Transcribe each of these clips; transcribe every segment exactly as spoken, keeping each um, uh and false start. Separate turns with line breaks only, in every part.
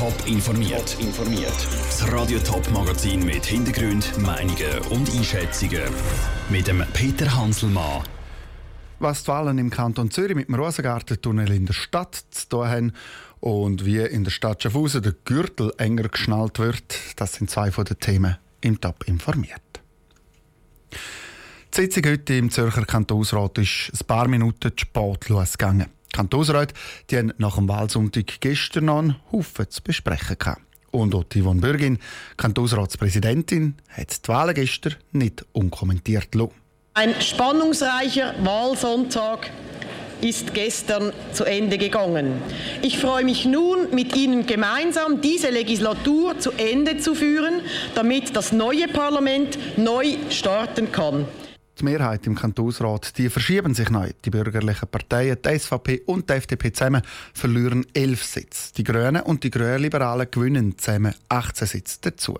Top informiert. informiert. Das Radio Top Magazin mit Hintergrund, Meinungen und Einschätzungen mit dem Peter Hanselmann.
Was die Wahlen im Kanton Zürich mit dem Rosengartentunnel in der Stadt zu tun haben und wie in der Stadt Schaffhausen der Gürtel enger geschnallt wird, das sind zwei von den Themen im Top informiert. Die Sitzung heute im Zürcher Kantonsrat ist ein paar Minuten zu spät losgegangen. Die Kantonsräte die haben nach dem Wahlsonntag gestern noch einen Haufen zu besprechen gehabt. Und auch Yvonne Bürgin, Kantonsratspräsidentin, hat die Wahlen gestern nicht unkommentiert gelassen.
Ein spannungsreicher Wahlsonntag ist gestern zu Ende gegangen. Ich freue mich nun, mit Ihnen gemeinsam diese Legislatur zu Ende zu führen, damit das neue Parlament neu starten kann.
Die Mehrheit im Kantonsrat die verschieben sich neu. Die bürgerlichen Parteien, die S V P und die F D P zusammen verlieren elf Sitze. Die Grünen und die Grünliberalen gewinnen zusammen achtzehn Sitze dazu.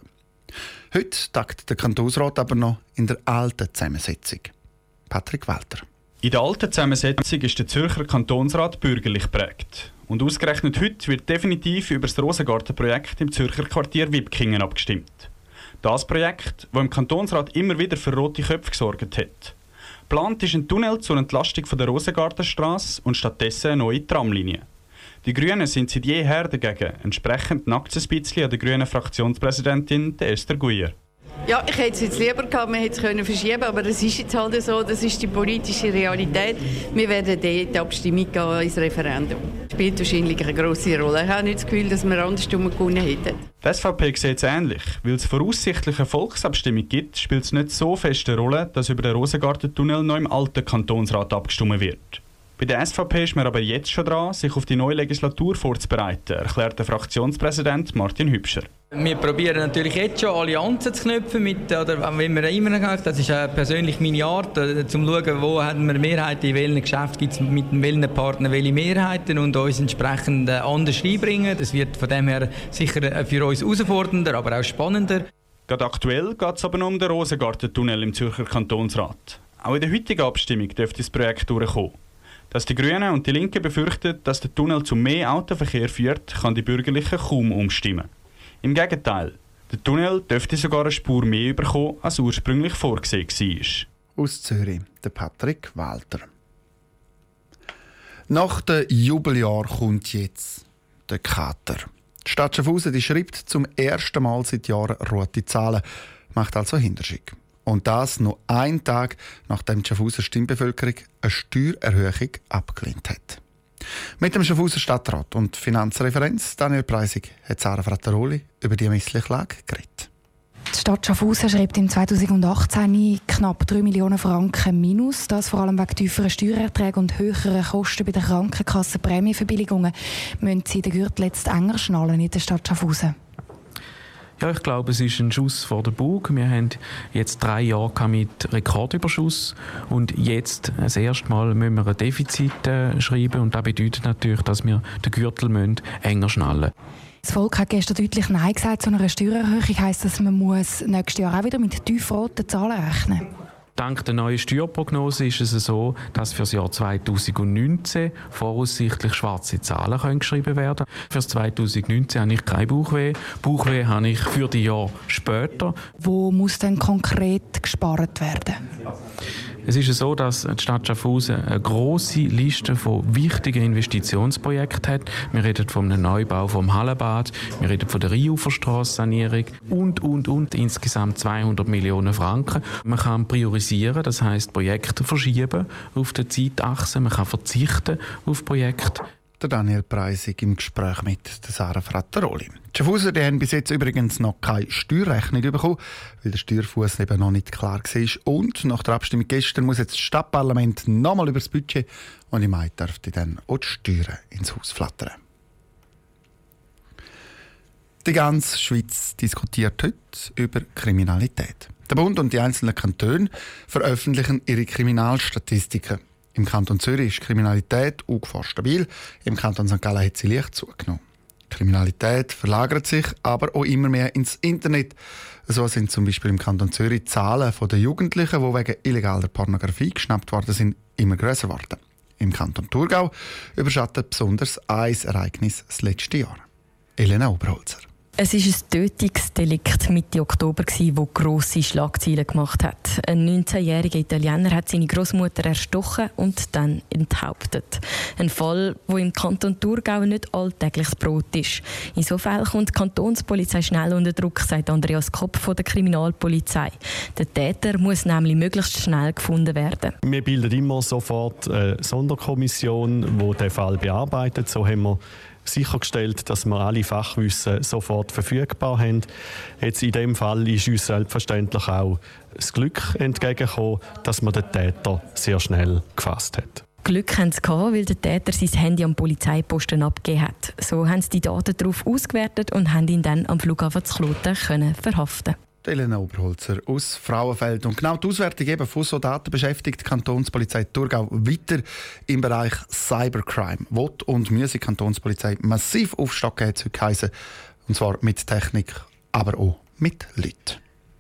Heute tagt der Kantonsrat aber noch in der alten Zusammensetzung. Patrick Walter.
In der alten Zusammensetzung ist der Zürcher Kantonsrat bürgerlich geprägt. Und ausgerechnet heute wird definitiv über das Rosengartenprojekt im Zürcher Quartier Wipkingen abgestimmt. Das Projekt, das im Kantonsrat immer wieder für rote Köpfe gesorgt hat. Geplant ist ein Tunnel zur Entlastung von der Rosengartenstrasse und stattdessen eine neue Tramlinie. Die Grünen sind seit jeher dagegen. Entsprechend nackt es ein bisschen an der grünen Fraktionspräsidentin Esther Guyer.
Ja, ich hätte es jetzt lieber gehabt, wir hätten es können verschieben, aber das ist jetzt halt so, das ist die politische Realität. Wir werden dort die Abstimmung gehen ins Referendum. Das spielt wahrscheinlich eine grosse Rolle. Ich habe nicht das Gefühl, dass wir andersrum gewonnen hätten.
Die S V P sieht es ähnlich. Weil es voraussichtlich eine Volksabstimmung gibt, spielt es nicht so fest eine Rolle, dass über den Rosengartentunnel noch im alten Kantonsrat abgestimmt wird. Bei der S V P ist man aber jetzt schon dran, sich auf die neue Legislatur vorzubereiten, erklärt der Fraktionspräsident Martin Hübscher.
Wir probieren natürlich jetzt schon Allianzen zu knüpfen, mit, oder wenn wir immer noch, das ist persönlich meine Art, um zu schauen, wo haben wir Mehrheiten, in welchen Geschäften gibt es mit welchen Partnern welche Mehrheiten und uns entsprechend anders reinbringen. Das wird von dem her sicher für uns herausfordernder, aber auch spannender.
Gerade aktuell geht es aber noch um den Rosengartentunnel im Zürcher Kantonsrat. Auch in der heutigen Abstimmung dürfte das Projekt durchkommen. Dass die Grünen und die Linken befürchten, dass der Tunnel zu mehr Autoverkehr führt, kann die Bürgerlichen kaum umstimmen. Im Gegenteil, der Tunnel dürfte sogar eine Spur mehr bekommen, als ursprünglich vorgesehen war.
Aus Zürich, der Patrick Walter. Nach dem Jubeljahr kommt jetzt der Kater. Die Stadt Schaffhausen die schreibt zum ersten Mal seit Jahren rote Zahlen, macht also Hinterschick. Und das noch einen Tag, nachdem die Schaffhauser Stimmbevölkerung eine Steuererhöhung abgelehnt hat. Mit dem Schaffhauser Stadtrat und Finanzreferenz Daniel Preisig hat Sarah Frattaroli über die missliche Lage geredet.
Die Stadt Schaffhausen schreibt im zweitausendachtzehn knapp drei Millionen Franken Minus. Das vor allem wegen tieferer Steuererträge und höherer Kosten bei den Krankenkassenprämienverbilligungen müssen sie den Gürtel jetzt enger schnallen in der Stadt Schaffhausen.
Ja, ich glaube, es ist ein Schuss vor den Bug. Wir haben jetzt drei Jahre mit Rekordüberschuss und jetzt das erste Mal müssen wir ein Defizit äh, schreiben und das bedeutet natürlich, dass wir den Gürtel müssen enger schnallen müssen.
Das Volk hat gestern deutlich Nein gesagt zu einer Steuererhöhung. Heisst das, man muss nächstes Jahr auch wieder mit tiefroten Zahlen rechnen?
Dank der neuen Steuerprognose ist es so, dass für das Jahr zweitausendneunzehn voraussichtlich schwarze Zahlen können geschrieben werden. Für das zweitausendneunzehn habe ich kein Bauchweh. Bauchweh habe ich für die Jahre später.
Wo muss denn konkret gespart werden?
Es ist so, dass die Stadt Schaffhausen eine grosse Liste von wichtigen Investitionsprojekten hat. Wir reden vom Neubau vom Hallenbad, wir reden von der Rheinuferstrasse-Sanierung und, und, und, insgesamt zweihundert Millionen Franken. Man kann priorisieren, das heisst Projekte verschieben auf der Zeitachse, man kann verzichten auf Projekte.
Der Daniel Preisig im Gespräch mit Sarah Frattaroli. Die Schaffhauser die haben bis jetzt übrigens noch keine Steuerrechnung bekommen, weil der Steuerfuss eben noch nicht klar war. Und nach der Abstimmung gestern muss jetzt das Stadtparlament nochmal über das Budget und im Mai dürfte dann auch die Steuern ins Haus flattern. Die ganze Schweiz diskutiert heute über Kriminalität. Der Bund und die einzelnen Kantone veröffentlichen ihre Kriminalstatistiken. Im Kanton Zürich ist die Kriminalität ungefähr stabil, im Kanton Sankt Gallen hat sie leicht zugenommen. Die Kriminalität verlagert sich aber auch immer mehr ins Internet. So sind zum Beispiel im Kanton Zürich die Zahlen der Jugendlichen, die wegen illegaler Pornografie geschnappt worden sind, immer grösser geworden. Im Kanton Thurgau überschattet besonders ein Ereignis das letzte Jahr. Elena Oberholzer.
Es war ein Tötungsdelikt Mitte Oktober, das grosse Schlagzeilen gemacht hat. Ein neunzehnjähriger Italiener hat seine Großmutter erstochen und dann enthauptet. Ein Fall, der im Kanton Thurgau nicht alltägliches Brot ist. In so Fällen kommt die Kantonspolizei schnell unter Druck, sagt Andreas Kopp von der Kriminalpolizei. Der Täter muss nämlich möglichst schnell gefunden werden.
Wir bilden immer sofort eine Sonderkommission, die den Fall bearbeitet. So haben wir sichergestellt, dass wir alle Fachwissen sofort verfügbar haben. Jetzt in dem Fall ist uns selbstverständlich auch das Glück entgegengekommen, dass man den Täter sehr schnell gefasst hat.
Glück haben sie gehabt, weil der Täter sein Handy am Polizeiposten abgegeben hat. So haben sie die Daten darauf ausgewertet und haben ihn dann am Flughafen zu Kloten können verhaften.
Elena Oberholzer aus Frauenfeld. Und genau die Auswertung eben von so Daten beschäftigt die Kantonspolizei Thurgau weiter im Bereich Cybercrime. Wott und muss die Kantonspolizei massiv aufstocken, hat es heute geheißen. Und zwar mit Technik, aber auch mit Leuten.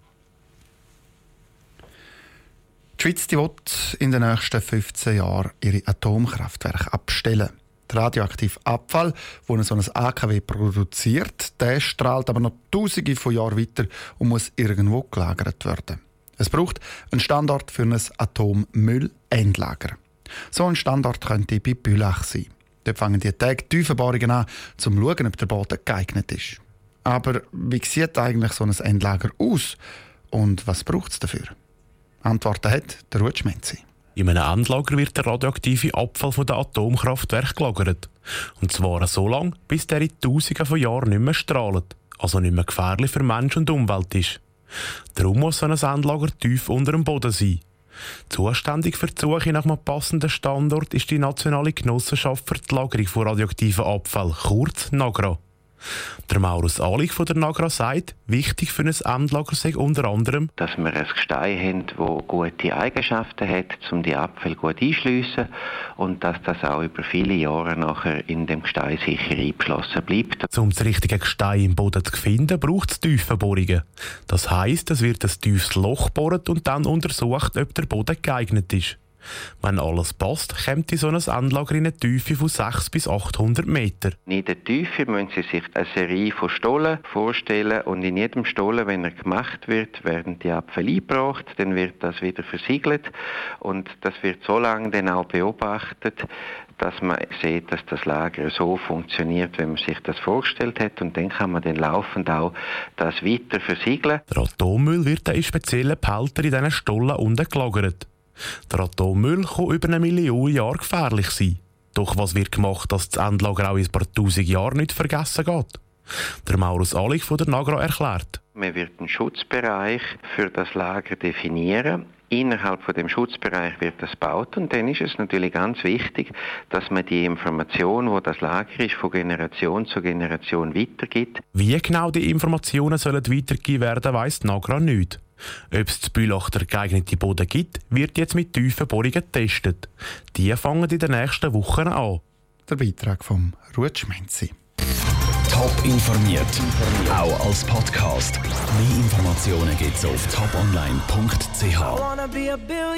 Die Schweiz die will in den nächsten fünfzehn Jahren ihre Atomkraftwerke abstellen. Der radioaktive Abfall, den so ein A K W produziert, der strahlt aber noch Tausende von Jahren weiter und muss irgendwo gelagert werden. Es braucht einen Standort für ein Atommüllendlager. So ein Standort könnte bei Bülach sein. Dort fangen die Tage Tiefenbohrungen an, um zu schauen, ob der Boden geeignet ist. Aber wie sieht eigentlich so ein Endlager aus und was braucht es dafür? Antworten hat der Ruud Schmenzi.
In einem Endlager wird der radioaktive Abfall von den Atomkraftwerken gelagert. Und zwar so lange, bis der in Tausenden von Jahren nicht mehr strahlt, also nicht mehr gefährlich für Mensch und Umwelt ist. Darum muss so ein Endlager tief unter dem Boden sein. Zuständig für die Suche nach einem passenden Standort ist die Nationale Genossenschaft für die Lagerung von radioaktivem Abfall, kurz NAGRA. Der Maurus Ahlig von der NAGRA sagt, wichtig für ein Endlager sei unter anderem,
dass wir ein Gestein haben, das gute Eigenschaften hat, um die Abfälle gut einschliessen und dass das auch über viele Jahre nachher in dem Gestein sicher eingeschlossen bleibt.
Um das richtige Gestein im Boden zu finden, braucht es Tiefenbohrungen. Das heisst, es wird ein tiefes Loch gebohrt und dann untersucht, ob der Boden geeignet ist. Wenn alles passt, kommt in so ein Endlager in eine Tiefe von sechshundert bis achthundert Meter.
In der Tiefe müssen Sie sich eine Serie von Stollen vorstellen und in jedem Stollen, wenn er gemacht wird, werden die Abfälle eingebracht, dann wird das wieder versiegelt und das wird so lange dann auch beobachtet, dass man sieht, dass das Lager so funktioniert, wie man sich das vorgestellt hat und dann kann man dann laufend auch das weiter versiegeln.
Der Atommüll wird in speziellen Behältern in diesen Stollen unten gelagert. Der Atommüll kann über eine Million Jahre gefährlich sein. Doch was wird gemacht, dass das Endlager auch in ein paar tausend Jahren nicht vergessen geht? Der Maurus Ahlig von der NAGRA erklärt.
Man wird einen Schutzbereich für das Lager definieren. Innerhalb von dem Schutzbereich wird das gebaut und dann ist es natürlich ganz wichtig, dass man die Information, wo das Lager ist, von Generation zu Generation weitergibt.
Wie genau die Informationen sollen weitergegeben werden, weiss die NAGRA nicht. Ob es zu Bülach der geeignete Boden gibt, wird jetzt mit tiefen Bohrungen getestet. Die fangen in den nächsten Wochen an.
Der Beitrag von Ruud Schmenzi.
Top informiert, auch als Podcast. Mehr Informationen gibt's auf top online punkt c h.